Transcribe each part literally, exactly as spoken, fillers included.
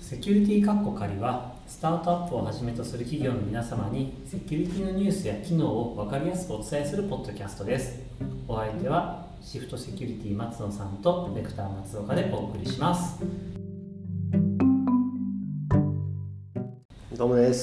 セキュリティカッコ仮はスタートアップをはじめとする企業の皆様にセキュリティのニュースや機能を分かりやすくお伝えするポッドキャストです。お相手はシフトセキュリティ松野さんとベクター松岡でお送りします。 どうもです。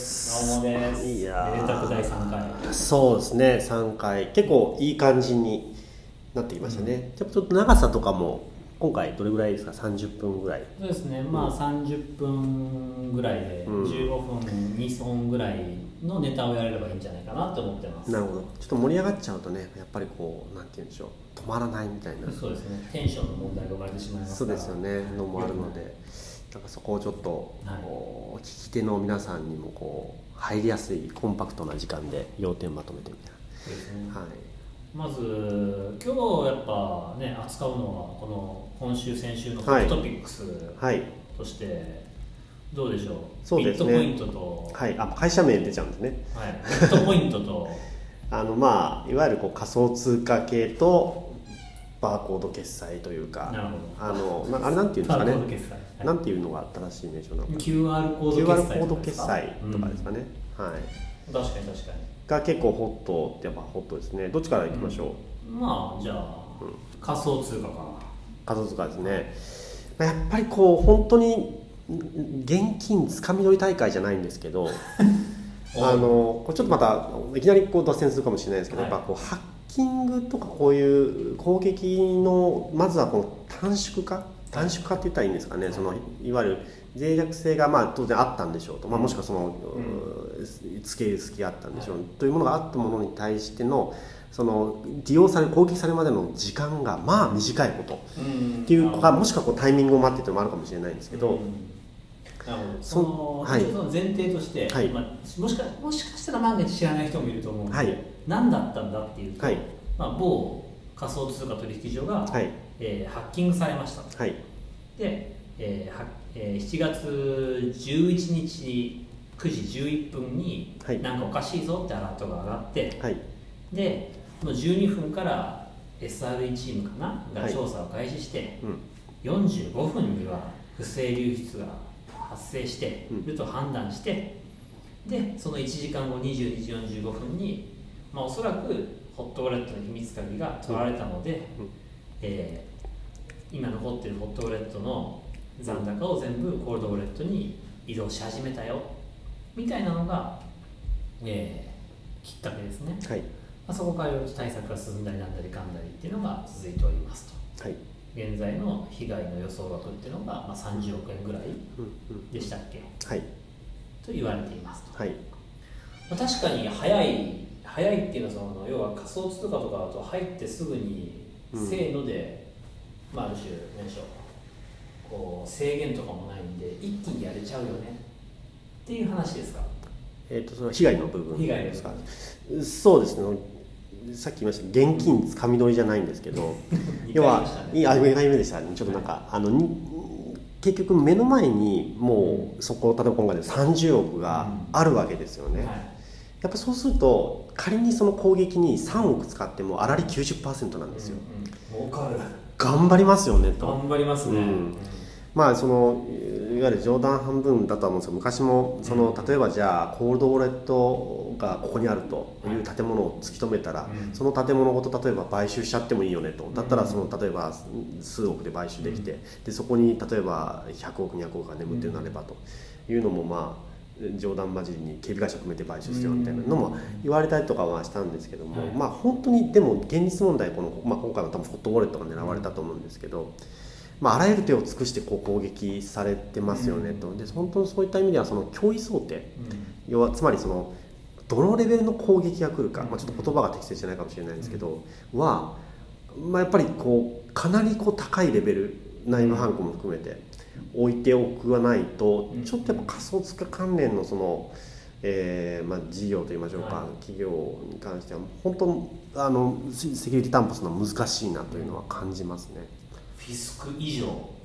どうもです。 いやめでたくだいさんかい。 そうですね、さんかい結構いい感じになってきましたね、うん、ちょっと長さとかも今回どれぐらいですか？さんじゅっぷんぐらい。 そうですね、まあさんじゅっぷんぐらいでじゅうごふんにほんぐらいのネタをやれればいいんじゃないかなと思ってます。 なるほど。ちょっと盛り上がっちゃうとね、やっぱりこうなんて言うんでしょう、止まらないみたいな。 そうですね、テンションの問題が生まれてしまいますから。 そうですよね、のもあるので、なんかそこをちょっと、はい、聞き手の皆さんにもこう入りやすいコンパクトな時間で要点まとめてみたいな。 そうですね、 はい。 まず今日やっぱね扱うのはこの今週先週のホットトピックスとして、どうでしょう。 そうですね、 ビットポイントと、 はい、あ会社名出ちゃうんですね。 はい、ビットポイントとあのまあいわゆるこう仮想通貨系とバーコード決済というか、 なるほど、 あのなあれなんていうんですかね、 バーコード決済、はい、 なんていうのが正しい名称なのかな。 キューアール コード決済、 キューアール コード決済とかですかね、うん、はい、 確かに確かにが結構ホットってやっぱホットですね。どっちからいきましょう。 うん、まあじゃあ、うん、仮想通貨か。 仮想通貨ですね。やっぱりこう本当に現金つかみ取り大会じゃないんですけどあのこれちょっとまたいきなりこう脱線するかもしれないですけど、はい、やっぱこうハッキングとかこういう攻撃のまずはこの短縮化短縮化って言ったらいいんですかね、はい、そのいわゆる脆弱性がまあ当然あったんでしょうと、まあ、もしくはその、うん、つけ隙があったんでしょう、はい、というものがあったものに対してのその利用され攻撃されるまでの時間がまあ短いことっていうか、もしくはこうタイミングを待ってっていうのもあるかもしれないんですけど、うん、 なるほど。その、はい、その前提として、はい、まあ、もしかもしかしたら万が一知らない人もいると思うので、はい、何だったんだっていうと、はい、まあ、某仮想通貨取引所が、はい、えー、ハッキングされました、はい、で、えーはえー、しちがつじゅういちにちくじじゅういっぷんに、はい、なんかおかしいぞってアラートが上がって、はい、でもうじゅうにふんから エスアールイー チームかなが調査を開始して、はい、うん、よんじゅうごふんには不正流出が発生していると判断して、うん、でそのいちじかんごにじゅうにじよんじゅうごふんに、まあ、おそらくホットウォレットの秘密鍵が取られたので、うん、えー、今残っているホットウォレットの残高を全部コールドウォレットに移動し始めたよみたいなのが、えー、きっかけですね。はい、まあ、そこから対策が進んだりなんだりかんだりっていうのが続いておりますと。はい、現在の被害の予想額っていうのが、まあ、さんじゅうおくえんぐらいでしたっけ、はい、と言われていますと。はい、まあ、確かに早い早いっていうのはその要は仮想通貨とかだと入ってすぐにせーので、うん、まあ、ある種何でしょう、こう制限とかもないんで一気にやれちゃうよねっていう話ですか。 えー、とその被害の部分ですか。そうですね、さっき言いました現金つかみ取りじゃないんですけど要はにかいめでしたね。ちょっとなんか、はい、あの結局目の前にもうそこ例えば今回でさんじゅうおくがあるわけですよね、うん、はい、やっぱそうすると仮にその攻撃にさんおく使っても粗利 きゅうじゅっパーセント なんですよ、 うんうん、儲かる。 頑張りますよねと。 頑張りますね、うん、 まあそのいわゆる冗談半分だとは思うんですけど、昔もその例えばじゃあコールドウォレットがここにあるという建物を突き止めたら、その建物ごと例えば買収しちゃってもいいよねと。だったらその例えば数億で買収できて、でそこに例えばひゃくおくにひゃくおくが眠ってなればというのもまあ冗談交じりに警備会社止めて買収してよみたいなのも言われたりとかはしたんですけども、まあ本当にでも現実問題この、まあ、今回は多分ホットウォレットが狙われたと思うんですけど、まあ、あらゆる手を尽くしてこう攻撃されてますよねと。で本当にそういった意味ではその脅威想定、うん、要はつまりそのどのレベルの攻撃が来るか、まあ、ちょっと言葉が適切じゃないかもしれないんですけど、うん、は、まあ、やっぱりこうかなりこう高いレベル内部犯行も含めて置いておくがないと、ちょっとやっぱ仮想通貨関連のその、えーまあ、事業といいましょうか、はい、企業に関しては本当あのセキュリティ担保するのは難しいなというのは感じますね。 フィスク以上フ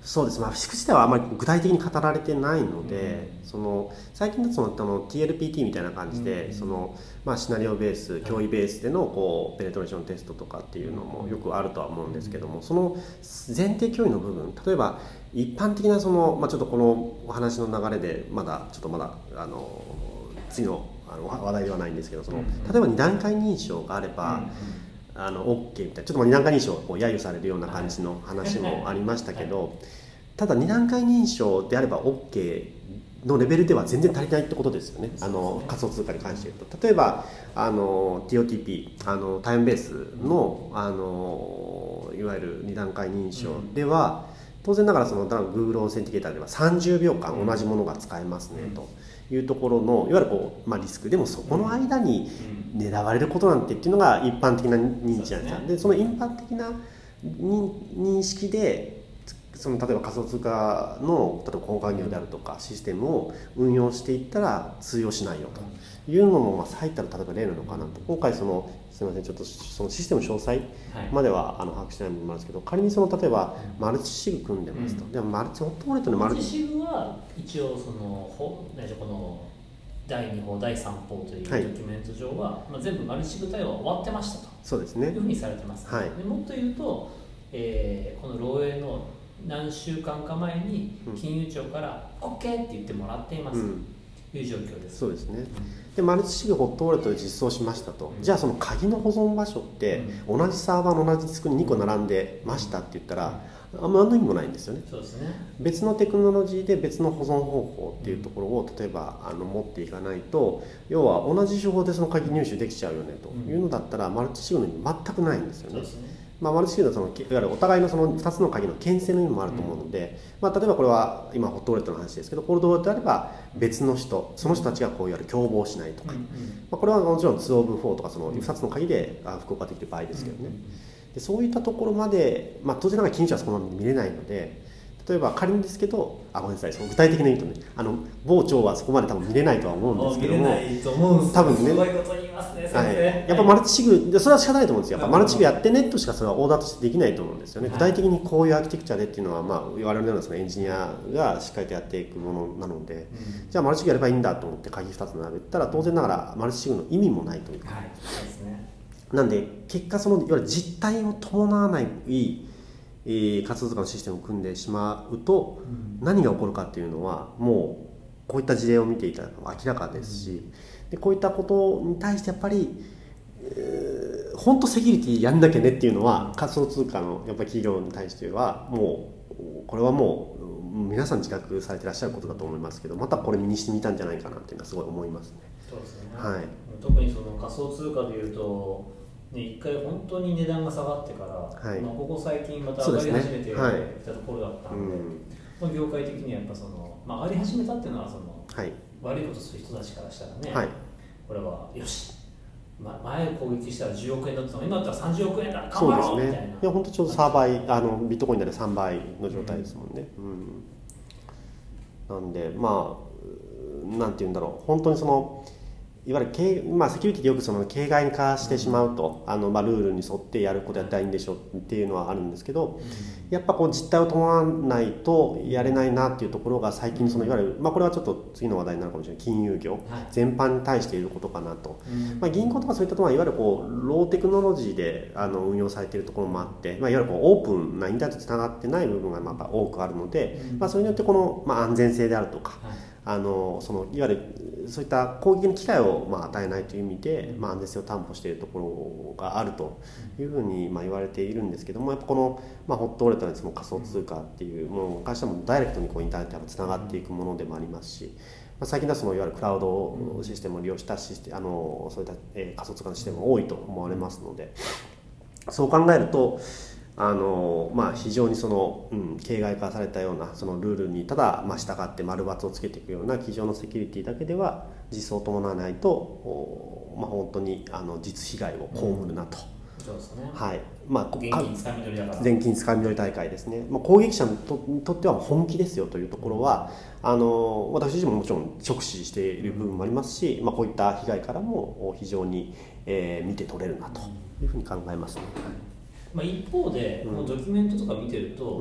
そうです、まあ、リスク自体はあまり具体的に語られてないので、うん、その最近だとそのあの ティーエルピーティー みたいな感じで、うん、そのまあ、シナリオベース、脅威ベースでのこうペネトレーションテストとかっていうのもよくあるとは思うんですけども、その前提脅威の部分、例えば一般的なその、まあ、ちょっとこのお話の流れでまだちょっとまだあの次のあの話題ではないんですけど、その例えばに段階認証があれば、うん、あの OK みたいな、ちょっとに段階認証がこう揶揄されるような感じの話もありましたけど、はい、ただに段階認証であれば OK のレベルでは全然足りないってことですよね、あの仮想通貨に関して言うと。例えばあの ティーオーティーピー、あのタイムベースの、あのいわゆるに段階認証では、うん、当然ながらその Google オーセンティケーターではさんじゅうびょうかん同じものが使えますね、うん、というところのいわゆるこう、まあ、リスクでもそこの間に狙われることなんてっていうのが一般的な認知なんですよ。でその一般的な認識でその例えば仮想通貨の例えば交換業であるとかシステムを運用していったら通用しないよというのもまあ最たる例えば例なのかなと。今回そのすみませんちょっとそのシステム詳細まではあの把握してない部分もあるんですけど、仮にその例えばマルチシグ組んでますと、でもマルチホットウォレットのマルチシグは一応そのほこのだいにほうだいさんほうというドキュメント上は、はい、まあ、全部マルチシグ対応は終わってましたと。 そうですね。 いうふうにされてます、ね。はい、でもっと言うと、えー、この漏洩の何週間か前に金融庁から OK って言ってもらっていますという状況です。 そうですね。でマルチシグホットウォレットで実装しましたと、うん、じゃあその鍵の保存場所って同じサーバーの同じディスクににこ並んでましたって言ったら、あんま何の意味もないんですよね。 そうですね。 別のテクノロジーで別の保存方法っていうところを例えばあの持っていかないと、要は同じ手法でその鍵入手できちゃうよねというのだったらマルチシグの意味全くないんですよね。そうですね。まあ、マルチシグのそのいわゆるお互いのそのふたつの鍵の牽制の意味もあると思うので、まあ、例えばこれは今ホットウォレットの話ですけど、コールドウォレットであれば別の人、その人たちがこういわゆる共謀しないとか、まあ、これはもちろんツーオブフォーとかそのふたつの鍵で複合化できる場合ですけどね。でそういったところまで、まあ、当然ながら金融庁はそこまで見れないので、例えば仮にですけど、あごめんなさい、その具体的に言うとね、あの傍聴はそこまで多分見れないとは思うんですけども、 見れないと思うんです多分ね、 すごいこと言いますね、先生。 はい、やっぱマルチシグでそれは仕方ないと思うんですよ。やっぱマルチシグやってねとしかそれはオーダーとしてできないと思うんですよね。具体的にこういうアーキテクチャでっていうのは、まあ、我々のようなそのエンジニアがしっかりとやっていくものなので、うん、じゃあマルチシグやればいいんだと思って鍵ふたつ並べたら当然ながらマルチシグの意味もないというか、 はい、そうですね。 なんで結果そのいわゆる実態を伴わないえー、仮想通貨のシステムを組んでしまうと、うん、何が起こるかっていうのはもうこういった事例を見ていただくと明らかですし、うん、でこういったことに対してやっぱり、えー、本当セキュリティやんなきゃねっていうのは仮想通貨のやっぱり企業に対してはもうこれはもう皆さん自覚されていらっしゃることだと思いますけど、またこれ身にしてみたんじゃないかなっていうのはすごい思いますね。 そうですね、 はい、 特にその仮想通貨でいうとね、一回本当に値段が下がってから、はい、まあ、ここ最近また上がり始めてきたところだったので、まあ、業界的にはやっぱその、まあ、上がり始めたっていうのはその、はい、悪いことする人たちからしたらね、はい、これはよし、ま、前攻撃したらじゅうおくえんだったのが今だったらさんじゅうおくえんだ、頑張ろうみたいな。そうですね。いや本当ちょうどさんばい、あのビットコインでさんばいの状態ですもんね。うんうん、なんでまあなんていうんだろう、本当にそのいわゆるケー、まあ、セキュリティでよくその形骸化してしまうと、あの、まあ、ルールに沿ってやることやったらいいんでしょうっていうのはあるんですけど、やっぱこう実態を伴わないとやれないなっていうところが最近そのいわゆる、まあ、これはちょっと次の話題になるかもしれない金融業全般に対していることかなと、まあ、銀行とかそういったところはいわゆるこうローテクノロジーであの運用されているところもあって、まあ、いわゆるこうオープンなインターネットとつながってない部分がまあ多くあるので、まあ、それによってこの、まあ、安全性であるとか、あのそのいわゆるそういった攻撃の機会をまあ与えないという意味で、まあ、安全性を担保しているところがあるというふうにまあ言われているんですけども、やっぱこの、まあ、ホットウォレットのやつも仮想通貨っていうものに関してはもダイレクトにこうインターネットにつながっていくものでもありますし、まあ、最近ではそのいわゆるクラウドシステムを利用したシステム、あのそういった、えー、仮想通貨のシステムが多いと思われますので、そう考えるとあのまあ、非常にその、うん、形骸化されたようなそのルールにただ、まあ、従って丸×をつけていくような机上のセキュリティだけでは実装を伴わないと、まあ、本当にあの実被害を被るなと、 うん、そうですね、 はい、まあ、 現金つかみ取りだから現金つかみ取り大会ですね、まあ、攻撃者に と, にとっては本気ですよというところはあの私自身ももちろん直視している部分もありますし、まあ、こういった被害からも非常に、えー、見て取れるなというふうに考えますね。 まあ、一方で、このドキュメントとか見てると、うん、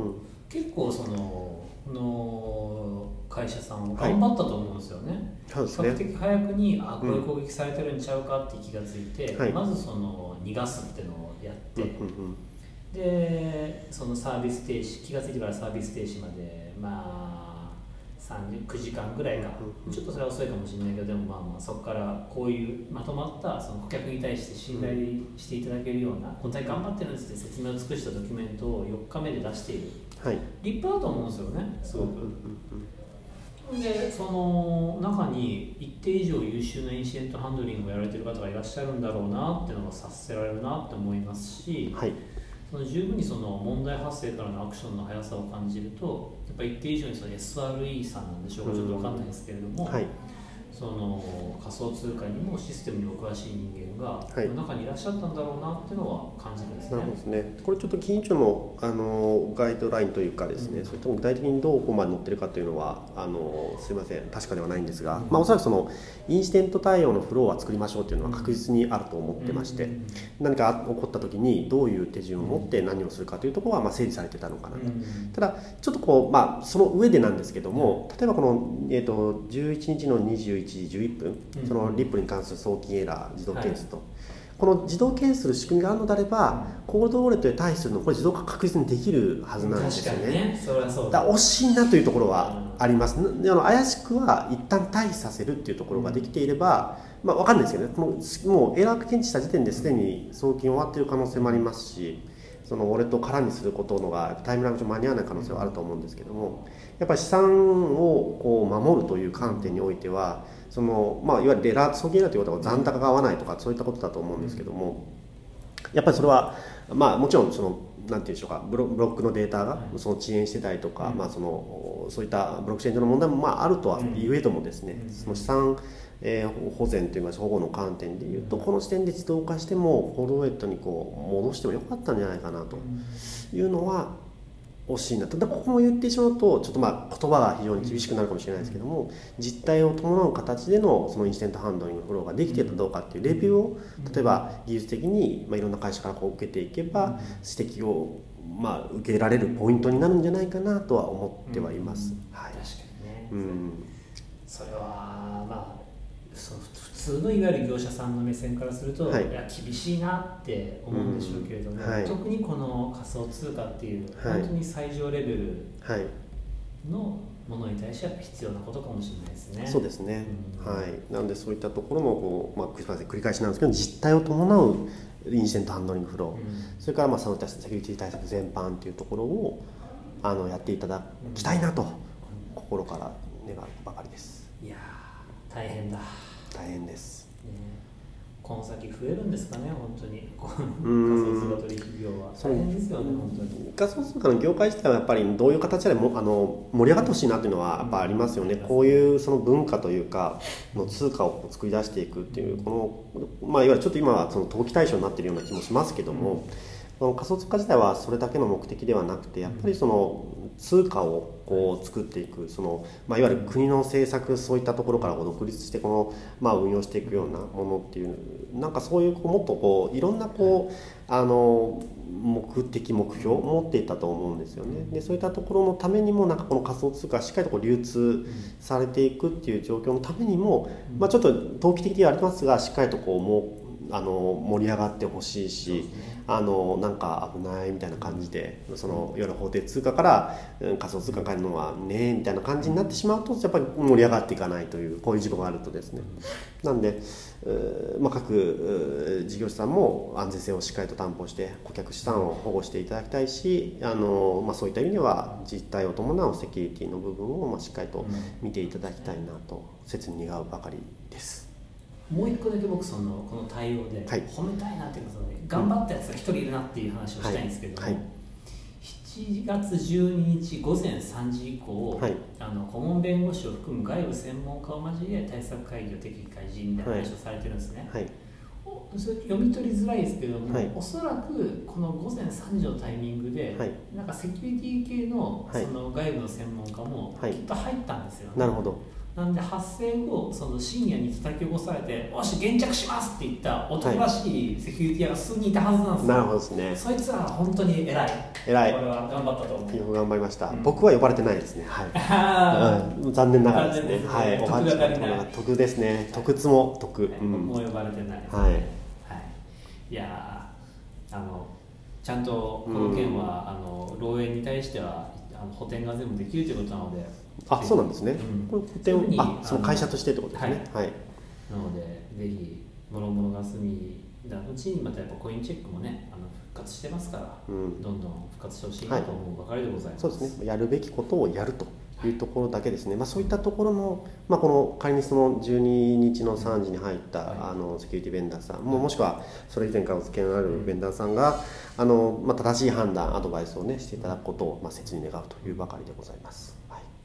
結構そのの会社さん頑張ったと思うんですよね、はい、比較的早くにあこういう攻撃されてるんちゃうかって気がついて、うん、まずその逃がすっていうのをやって、うんうんうん、でそのサービス停止気がついてからサービス停止までまあさんじゅうきゅうじかんぐらいか、うんうん、ちょっとそれは遅いかもしれないけどでもまあまあそこからこういうまとまったその顧客に対して信頼していただけるようなこの体頑張ってるんですって説明を尽くしたドキュメントをよっかめで出している、はい、立派だと思うんですよねすごく、うんうん、でその中に一定以上優秀なインシデントハンドリングをやられている方がいらっしゃるんだろうなっていうのが察せられるなって思いますし、はい、その十分にその問題発生からのアクションの速さを感じるとやっぱり一定以上にその エスアールイー さんなんでしょうか、ちょっと分かんないですけれども、はい、その仮想通貨にもシステムにお詳しい人間が、はい、中にいらっしゃったんだろうなっていうのは感じるんですね。なるほどですね。 これちょっと金融庁の、あのガイドラインというかですね、うん、それとも具体的にどうここまで載ってるかというのはあのすいません確かではないんですが、うんまあ、おそらくそのインシデント対応のフローは作りましょうというのは確実にあると思ってまして、うん、何か起こった時にどういう手順を持って何をするかというところはまあ整理されてたのかなと、うん、ただちょっとこう、まあ、その上でなんですけども、例えばこの、えー、とじゅういちにちのにじゅういちじじゅういっぷん、そのリップルに関する送金エラー自動検出と、はい、この自動検出する仕組みがあるのであれば、うん、コールドウォレットに対するのこれ自動化確実にできるはずなんですよね。 確かにね、それはそうだ。だから惜しいなというところはあります、うん、であの怪しくは一旦退避させるっていうところができていれば、うんまあ、分かんないですけどね、このもうエラー検知した時点ですでに送金終わっている可能性もありますし、そのウォレットを空にすることのがタイムラグ上間に合わない可能性はあると思うんですけども、やっぱり資産をこう守るという観点においてはその、まあ、いわゆるエラー送金エラーということは残高が合わないとかそういったことだと思うんですけども、やっぱりそれは、まあ、もちろんそのなんていうんでしょうか、ブロ、ブロックのデータがその遅延してたりとか、まあ、そのそういったブロックチェーン上の問題もまああるとは言えどもですね、その資産えー、保全といいますか保護の観点でいうとこの時点で自動化してもコールドウォレットにこう戻してもよかったんじゃないかなというのは惜しいなと。だここも言ってしまうとちょっとまあ言葉が非常に厳しくなるかもしれないですけども、実態を伴う形でのそのインシデントハンドリングフローができているかどうかっていうレビューを例えば技術的にまあいろんな会社からこう受けていけば指摘をまあ受けられるポイントになるんじゃないかなとは思ってはいます、はい、 確かにね、うん、それはまあその普通のいわゆる業者さんの目線からすると、はい、いや厳しいなって思うんでしょうけれども、うんはい、特にこの仮想通貨っていう、はい、本当に最上レベルのものに対しては必要なことかもしれないですね。 そうですね、うん、はい、なのでそういったところもこう、まあ、繰り返しなんですけど実態を伴うインシデントハンドリングフロー、うん、それからまあそのセキュリティ対策全般というところをあのやっていただきたいなと、うん、心から願うばかりです。 いや大変だ。 大変です、 ね、この先増えるんですかね本当に仮想通貨取引業は大変ですよね本当に。 仮想通貨の業界自体はやっぱりどういう形でもあの盛り上がってほしいなというのはやっぱありますよね、うん、こういうその文化というかの通貨を作り出していくっていうこの、まあ、いわゆるちょっと今はその投機対象になっているような気もしますけども、うん、仮想通貨自体はそれだけの目的ではなくてやっぱりその通貨をこう作っていくその、まあ、いわゆる国の政策そういったところから独立してこの、まあ、運用していくようなものっていうなんかそういうもっとこういろんなこうあの目的目標を持っていたと思うんですよね。でそういったところのためにもなんかこの仮想通貨がしっかりとこう流通されていくっていう状況のためにも、まあ、ちょっと投機的ではありますがしっかりとこうもうあの盛り上がってほしいし、ね、あのなんか危ないみたいな感じでそのいわゆる法定通貨から、うん、仮想通貨に変えるのはねみたいな感じになってしまうとやっぱり盛り上がっていかないというこういう事故があるとですね、なんで、まあ、各事業者さんも安全性をしっかりと担保して顧客資産を保護していただきたいしあの、まあ、そういった意味では実態を伴うセキュリティの部分を、まあ、しっかりと見ていただきたいなと切に願うばかりです。 もう一個だけ僕そのこの対応で褒めたいなっていうかその、ね、頑張ったやつが一人いるなっていう話をしたいんですけども、はいはい、しちがつじゅうににちごぜんさんじ以降、はい、あの顧問弁護士を含む外部専門家を交え対策会議を適宜開示みたいな話をされてるんですね、はい、それ読み取りづらいですけども、はい、おそらくこのごぜんさんじのタイミングで、はい、なんかセキュリティ系 の, その外部の専門家もきっと入ったんですよね、 なるほど。 なんで発生後その深夜に叩き起こされて「よし現着します」って言った男らしいセキュリティアが数人いたはずなんですよ。 なるほどですね。 そいつらは本当に偉い。 偉い。 これは頑張ったと思う。 よく頑張りました。うん、僕は呼ばれてないですね。はい。うん、残念ながらですね。はい。 得が足りない。 得ですね。得つも得。 僕も呼ばれてない。 はい。はい。 いやあのちゃんとこの件は、うん、あの漏洩に対してはあの補填が全部できるということなので。 あ、そうなんですね。うん、補填あ、その会社としてってことですね。はい。はい、 なのでぜひ諸々が済みだうちにまたやっぱコインチェックもねあの復活してますから、うん、どんどん復活してほしいなと思うばかりでございます。 はい、そうですね。やるべきことをやるというところだけですね。まあそういったところのまあこの仮にそのじゅうににちのさんじに入った、はい、あのセキュリティベンダーさんももしくはそれ以前からお付き合いのあるベンダーさんがあのまあ正しい判断アドバイスをねしていただくことをまあ切に願うというばかりでございます。